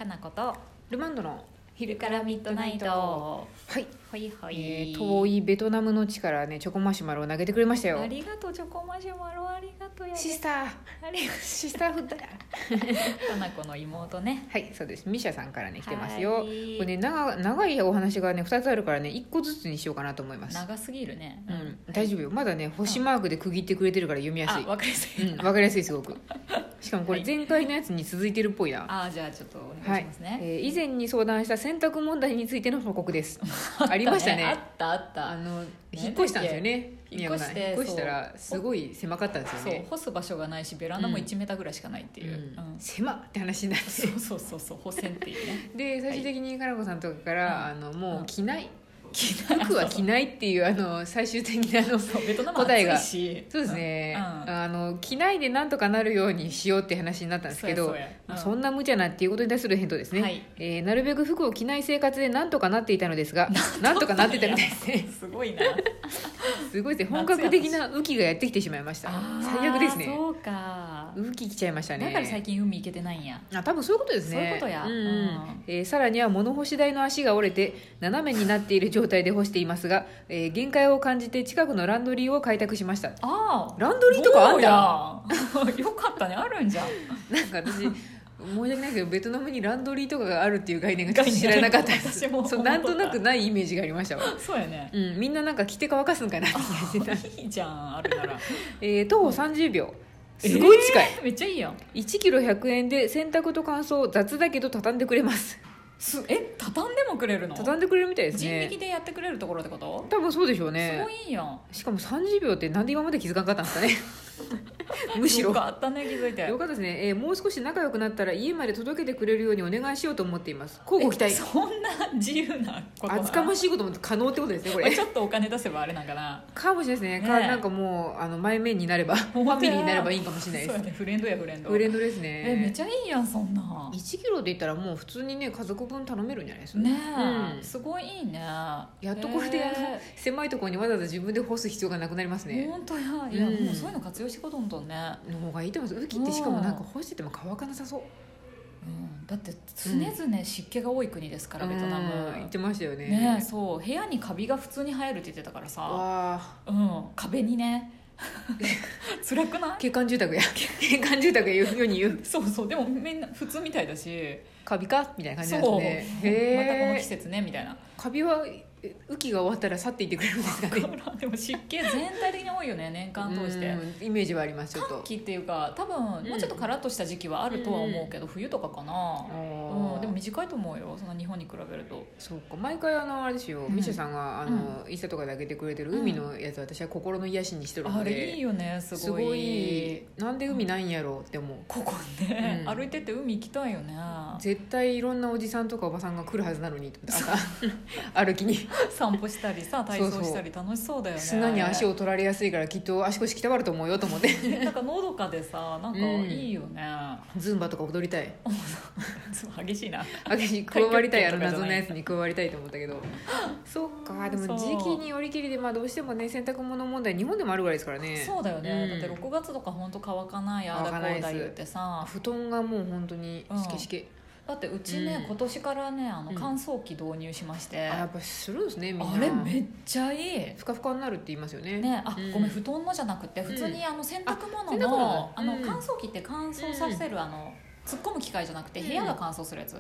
かなことルマンドの昼からミッドナイト。 はい、 ほいほい、 遠いベトナムの地からねチョコマシュマロを投げてくれましたよ。 ありがとうチョコマシュマロ、ありがとうやで。 シスターありがとうシスターフッドだかなこの妹ね。 はい、そうです。ミシャさんからね来てますよ。こはいれね長いお話がね2つあるからね1個ずつにしようかなと思います。 長すぎるね。 大丈夫よ。まだね星マークで区切ってくれてるから読みやすい。 あ、わかりやすい。 わかりやすいすごく。しかもこれ前回のやつに続いてるっぽいな。 あ、じゃあちょっとお願いしますね。 以前に相談した洗濯問題についての報告です。ありましたね。 あったあった。 引っ越したんですよね。 引っ越して引っ越したらすごい狭かったんですよそうね。 干す場所がないしベランダも1メーターぐらいしかないっていう。 狭って話になって。 そう保線っていうね。 で最終的にかなこさんとかからもう着ない。服は着いないっていう最終的なベトナム答えが暑いし、 そうですね、着ないでなんとかなるようにしようって話になったんですけど、 そうやそんな無茶なっていうことに対する返答ですね、 はいなるべく服を着ない生活でなんとかなっていたのですがなんとかなってたみたいですねすごいな。 すごいですね、本格的な雨季がやってきてしまいました。最悪ですね。 そうか、 雨季来ちゃいましたね。 だから最近海行けてないんや。 多分そういうことですね。 そういうことや。 さらには物干し台の足が折れて斜めになっている状態で干していますが、限界を感じて近くのランドリーを開拓しました。ランドリーとかあんだよかったね、あるんじゃん。 なんか私申し訳ないけどベトナムにランドリーとかがあるっていう概念がちょっと知らなかったですそうなんとなくないイメージがありましたわ。 そうやね、 みんななんか着て乾かすんかなって気がしてたいいじゃん、あるなら徒歩30秒、すごい近い、 めっちゃいいやん。 1キロ100円で洗濯と乾燥雑だけど畳んでくれます。 畳んでもくれるの？ 畳んでくれるみたいですね。 人力でやってくれるところってこと？ 多分そうでしょうね。 すごいいいやん。 しかも30秒ってなんで今まで気づかなかったんですかねむしろよかったね、気づいてよかったですね。もう少し仲良くなったら家まで届けてくれるようにお願いしようと思っています。交互期待。 そんな自由なこと厚かましいことも可能ってことですねこれちょっとお金出せばあれなんかな、 かもしれないですね。なんかもう前面になればファミリーになればいいかもしれないです。 そうやね、フレンドやフレンドですね。 めっちゃいいやん、そんな 1キロで言ったらもう普通にね家族分頼めるんじゃないですかねえ、すごいいいね。 やっとこれで狭いところにわざわざ自分で干す必要がなくなりますね。 本当や、いや、もうそういうの活用していこうと思ったねの方がいいと思います。雨季ってしかもなんか干してても乾かなさそう。 だって常々湿気が多い国ですから、ベトナム言ってましたよね。 ね、そう部屋にカビが普通に生えるって言ってたからさ、壁にね辛くない？ 景観住宅や景観住宅や世に言う。 そうでもみんな普通みたいだし、 カビかみたいな感じなんですね。 またこの季節ねみたいな。 カビは雨季が終わったら去っていってくれるんですかね。 でも湿気全体的に多いよね、年間通して。 イメージはあります。ちょっと寒気っていうか多分もうちょっとカラッとした時期はあるとは思うけど、冬とかかな。でも短いと思うよ、その日本に比べると。 そうか、毎回あれですよ、ミシャさんがインスタとかで上げてくれてる海のやつ、私は心の癒しにしてるので。 あれいいよね、すごい。 なんで海ないんやろうって思う。 ここね、歩いてて海行きたいよね。 絶対いろんなおじさんとかおばさんが来るはずなのに朝歩きに散歩したりさ、体操したり楽しそうだよね。 砂に足を取られやすいからきっと足腰きたわると思うよと思ってなんかのどかでさ、なんかいいよね。 ズンバとか踊りたい激しいな。 激しい、加わりたい、謎のやつに加わりたいと思ったけどそっか。でも時期によりきりで、どうしてもね洗濯物問題日本でもあるぐらいですからね。 そうだよね、だって6月とか本当乾かない、ああだこうだ言ってさ、 布団がもう本当にしけしけ。 だってうちね、今年からね乾燥機導入しまして、 やっぱするんですね、みんな。 あれめっちゃいい。 ふかふかになるって言いますよね。 ごめん、布団のじゃなくて普通に洗濯物の乾燥機って乾燥させる突っ込む機械じゃなくて部屋が乾燥するやつ。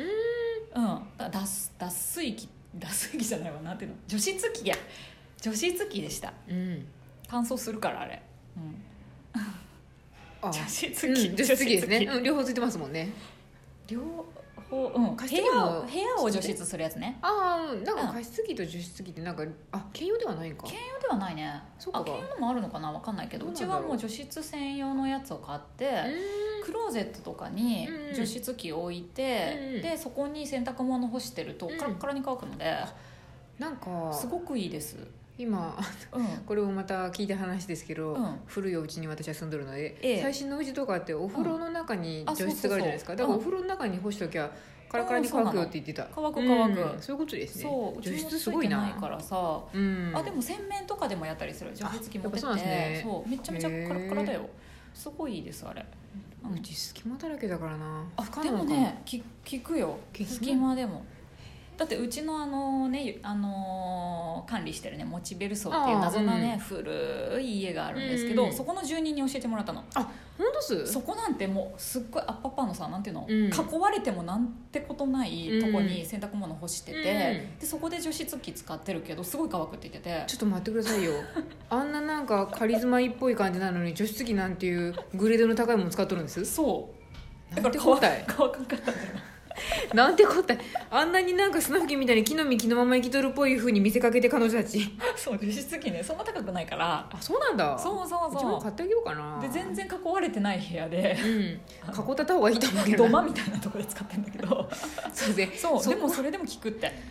脱水機じゃないわ、なんていうの、除湿機や、除湿機でした。乾燥するからあれ。除湿機ですね。両方ついてますもんね。 両方、部屋を除湿するやつね。 なんか加湿器と除湿器ってなんか兼用ではないんか。 兼用ではないね。兼用のもあるのかな、分かんないけど、うちはもう除湿専用のやつを買って、クローゼットとかに除湿機を置いて、でそこに洗濯物干してるとカラッカラに乾くので、 なんかすごくいいです。 今、これもまた聞いた話ですけど、古いお家に私は住んでるので、最新のうちとかってお風呂の中に除湿があるじゃないですか。だからお風呂の中に干しときゃカラカラに乾くよって言ってた。 乾く、 そういうことですね。 そう、 除湿すごいな。 からさ、でも洗面とかでもやったりする除湿機持ってって、そうめちゃめちゃカラカラだよ。 すごいいいですあれ。 うち隙間だらけだからな。 でもね聞くよ、隙間でも。だってうちの管理してるねモチベル層っていう謎なね、古い家があるんですけど、そこの住人に教えてもらったの。 あ、本当す？ そこなんてもうすっごいアッパッパーのさ、なんていうの、囲われてもなんてことないとこに洗濯物干してて、でそこで除湿機使ってるけどすごい乾くって言ってて。 ちょっと待ってくださいよあんななんかカリスマイっぽい感じなのに除湿機なんていうグレードの高いもの使っとるんです。 そうだから乾かんかったんだよなんてこったい。あんなになんかスナフキンみたいに木の実木のまま生きとるっぽい風に見せかけて彼女たちそう除湿機ねそんな高くないから。 あ、そうなんだ。 そうそうそう、 うちも買ってあげようかな。 で全然囲われてない部屋で、 囲った方がいいと思うけど土間みたいなところで使ってるんだけどそうで、 そうでもそれでも効くって。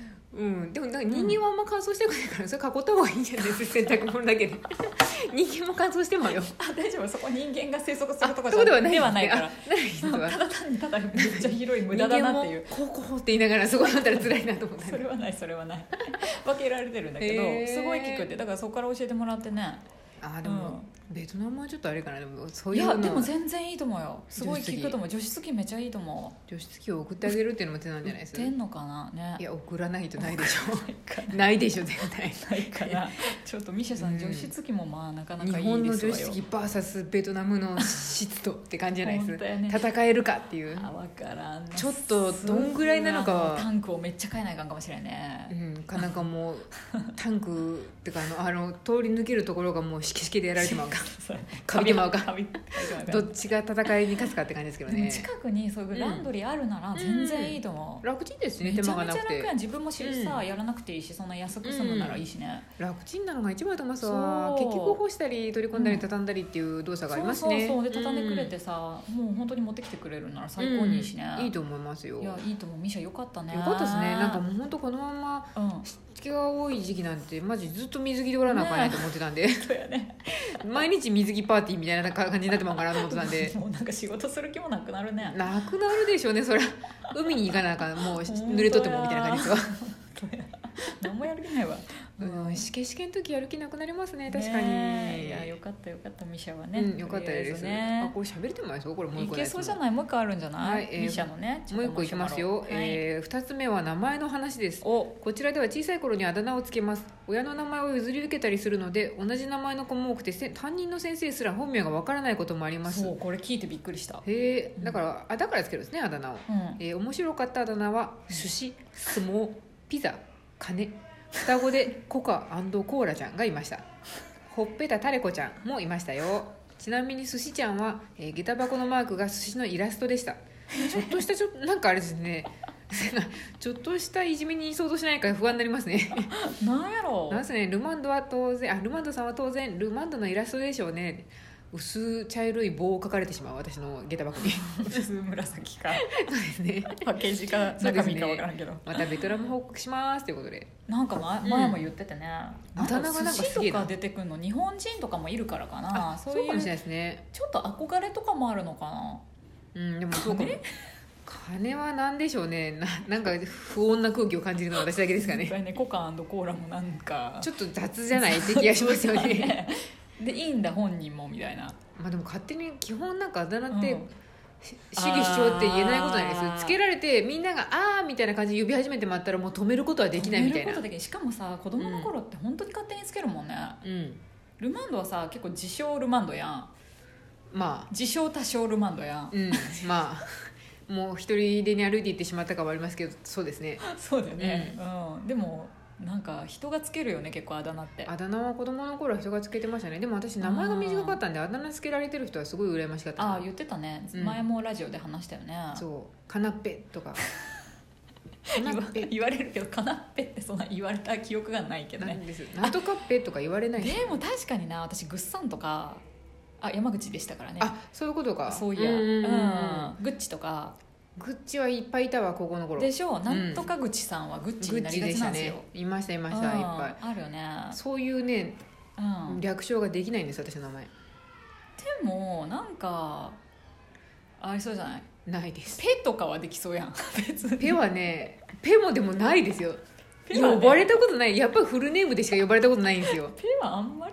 でもなんか人間はあんま乾燥してくないから、それ囲った方がいいんじゃないですか、洗濯物だけで人間も乾燥してもよ。 大丈夫、そこ人間が生息するところではないから。ただ単にただめっちゃ広い無駄だなっていう。 こうって言いながらそこだったら辛いなと思ったそれはない分けられてるんだけど、すごい効くって。だからそこから教えてもらってね。 でも、ベトナムはちょっとあれかな。でもそういういやでも全然いいと思うよ。すごい効くと思う。除湿機めっちゃいいと思う。除湿機を送ってあげるっていうのも手なんじゃないですか。 売ってんのかなね。 いや送らないとないでしょないでしょ絶対ないかな。ちょっとミシャさん、除湿機もまあなかなかいいですわよ。日本の除湿機 VS ベトナムの湿度って感じじゃないです、 ね、 戦えるかっていう。 分からん。 ちょっとどんぐらいなのかは。 タンクをめっちゃ変えないかんかもしれないね。 なんかもうタンクってか通り抜けるところがもうシケシケでやられてまうかカビてまうかどっちが戦いに勝つかって感じですけどね。 近くにそういうランドリーあるなら全然いいと思う。 楽ちんですね。手間がなくてめちゃめちゃ楽やん。自分もさやらなくていいし、そんな安く済むならいいしね。 楽ちんなのが一番だと思いますわ。結局干したり取り込んだり畳んだりっていう動作がありますね。 そうで畳んでくれてさ、もう本当に持ってきてくれるなら最高にいいしね。 いいと思いますよ。 いやいいと思う。ミシャよかったね。 よかったですね。なんかもう本当このまま湿気が多い時期なんてマジずっと水着でおらなあかんないと思ってたんで、 そうやね。 毎日水着パーティーみたいな感じになってまうかなと思ってたんでもうなんか仕事する気もなくなるね。 なくなるでしょうね。それ海に行かなあかん、もう濡れとってもみたいな感じですわ何もやる気ないわ。 しけしけの時やる気なくなりますね。確かに。 いやよかったミシャはね。 よかったですね。 これ喋れてますよ。これもう一個いけそうじゃない。もう一個あるんじゃない。ミシャのね。 もう一個いきますよ。2つ目は名前の話です。こちらでは小さい頃にあだ名をつけます。親の名前を譲り受けたりするので、同じ名前の子も多くて担任の先生すら本名がわからないこともあります。 そう、これ聞いてびっくりした。 だからつけるんですね、あだ名を。面白かったあだ名は寿司、相撲、ピザ、金、双子でコカ&コーラちゃんがいました。ほっぺたタレコちゃんもいましたよ。ちなみに寿司ちゃんは、下駄箱のマークが寿司のイラストでした。ちょっとしたなんかあれですねちょっとしたいじめに想像しないか不安になりますねなんやろなんすね。ルマンドさんは当然ルマンドのイラストでしょうね。薄茶色い棒を描かれてしまう私の下駄箱に薄紫かそうですね。 パッケージか中身か分からんけど、 またベトナム報告しますということで、 なんか前も言っててね、 あだ名がなんかすげえな。 寿司とか出てくるの日本人とかもいるからかな。 そうかもしれないですね。 ちょっと憧れとかもあるのかな。 でもそうかも。金は何でしょうね。なんか不穏な空気を感じるのは私だけですかね。 コカ&コーラもなんかちょっと雑じゃないって気がしますよねでいいんだ本人もみたいな。 でも勝手に基本なんかあだ名って、主義主張って言えないことないです。つけられてみんながあーみたいな感じで呼び始めてもらったらもう止めることはできないみたいな。 しかもさ子供の頃って本当に勝手につけるもんね。ルマンドはさ結構自称ルマンドやん。自称多少ルマンドやん。もう一人でに歩いていってしまったかはありますけど、そうですね。 そうだよね。でもなんか人がつけるよね結構あだ名って。あだ名は子供の頃は人がつけてましたね。でも私名前が短かったんであだ名つけられてる人はすごい羨ましかった。 言ってたね、前もラジオで話したよね。 そうカナッペとか言われるけどカナッペってそんな言われた記憶がないけどね。 なんとかっぺとか言われない。 でも確かにな、私グッサンとか山口でしたからね。 そういうことか。 そういやグッチとか。 グッチはいっぱいいたわ高校の頃でしょ。なんとかグッチさんはグッチになりがちなんですよ。 いましたいっぱいあるよね。 そういうね略称ができないんです私の名前。 でもなんかありそうじゃない。 ないです。 ペとかはできそうやん別に。 ペはね、ペもでもないですよ。呼ばれたことない。やっぱりフルネームでしか呼ばれたことないんですよ。 ペはあんまり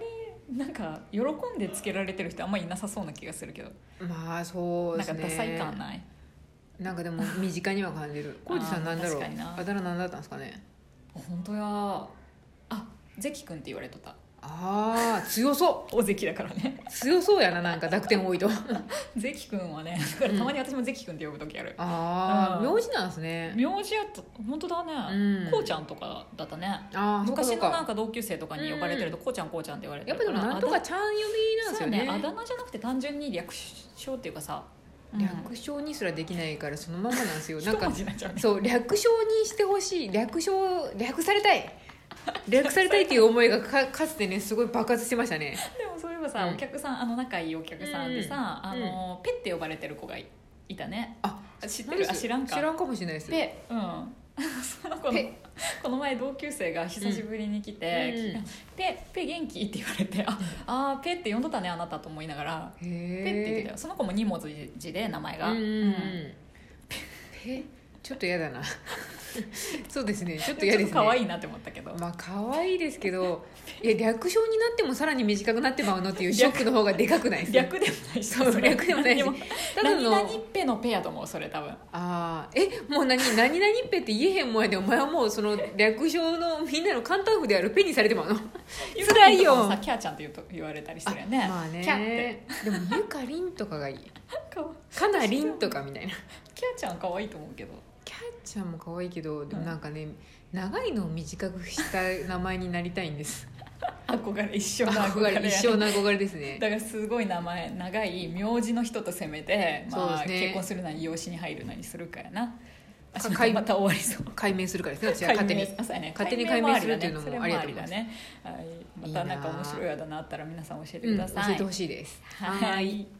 なんか喜んでつけられてる人あんまりいなさそうな気がするけど。 まあそうですね。 なんかダサい感ない。 なんかでも身近には感じる。浩二さんなんだろう、あだ名なんだったんですかね。 本当や。あ、関君って言われとった。 ああ強そう大関だからね。 強そうやな、なんか濁点多いと。 関君はね、だからたまに私も関君って呼ぶ時ある。 ああ、名字なんですね。 名字やった。本当だね。こうちゃんとかだったね。昔のなんか同級生とかに呼ばれてるとこうちゃんこうちゃんって言われてるから。 やっぱでもなんとかちゃん呼びなんですよね。 あだ名じゃなくて単純に略称っていうかさ、 略称にすらできないからそのままなんですよ。なんか一文字になっちゃうね。 そう略称にしてほしい。略されたい。略されたいっていう思いがかつてねすごい爆発してましたね。 でもそういえばさ、お客さん仲いいお客さんでさ、ペって呼ばれてる子がいたね。 あ、 知ってる？知らんか。 知らんかもしれないです。 ペ、その子のこの前同級生が久しぶりに来て、ペ元気って言われて、ペって呼んどったねあなたと思いながら、ペって言ってたよ。その子も2文字で名前が。 ペちょっと嫌だな。そうですね、ちょっと嫌ですね。 可愛いなって思ったけど、 まあ可愛いですけど、いや略称になってもさらに短くなってまうのっていうショックの方がでかくないですか。 略でもないし、 そう略でもないし、 何々ペのペやと思う、それ多分。 もう何々ペって言えへんもんやで、お前はもうその略称のみんなの簡単符であるペにされてまうの。辛いよ。 キャーちゃんって言われたりするよね。 まあね。 キャってでもゆかりんとかがいい。かなりんとかみたいな。 キャーちゃん可愛いと思うけど。 キャーちゃんも可愛いけど、でもなんかね、長いのを短くした名前になりたいんです。 一生の憧れですね。 だからすごい名前長い名字の人とせめて、結婚するなり養子に入るなりするからな。また終わりそう。 解明するからですね。私は勝手に解明するっていうのもありがとうございます。 またなんか面白いあだ名あったら皆さん教えてください。 教えてほしいです。 はい。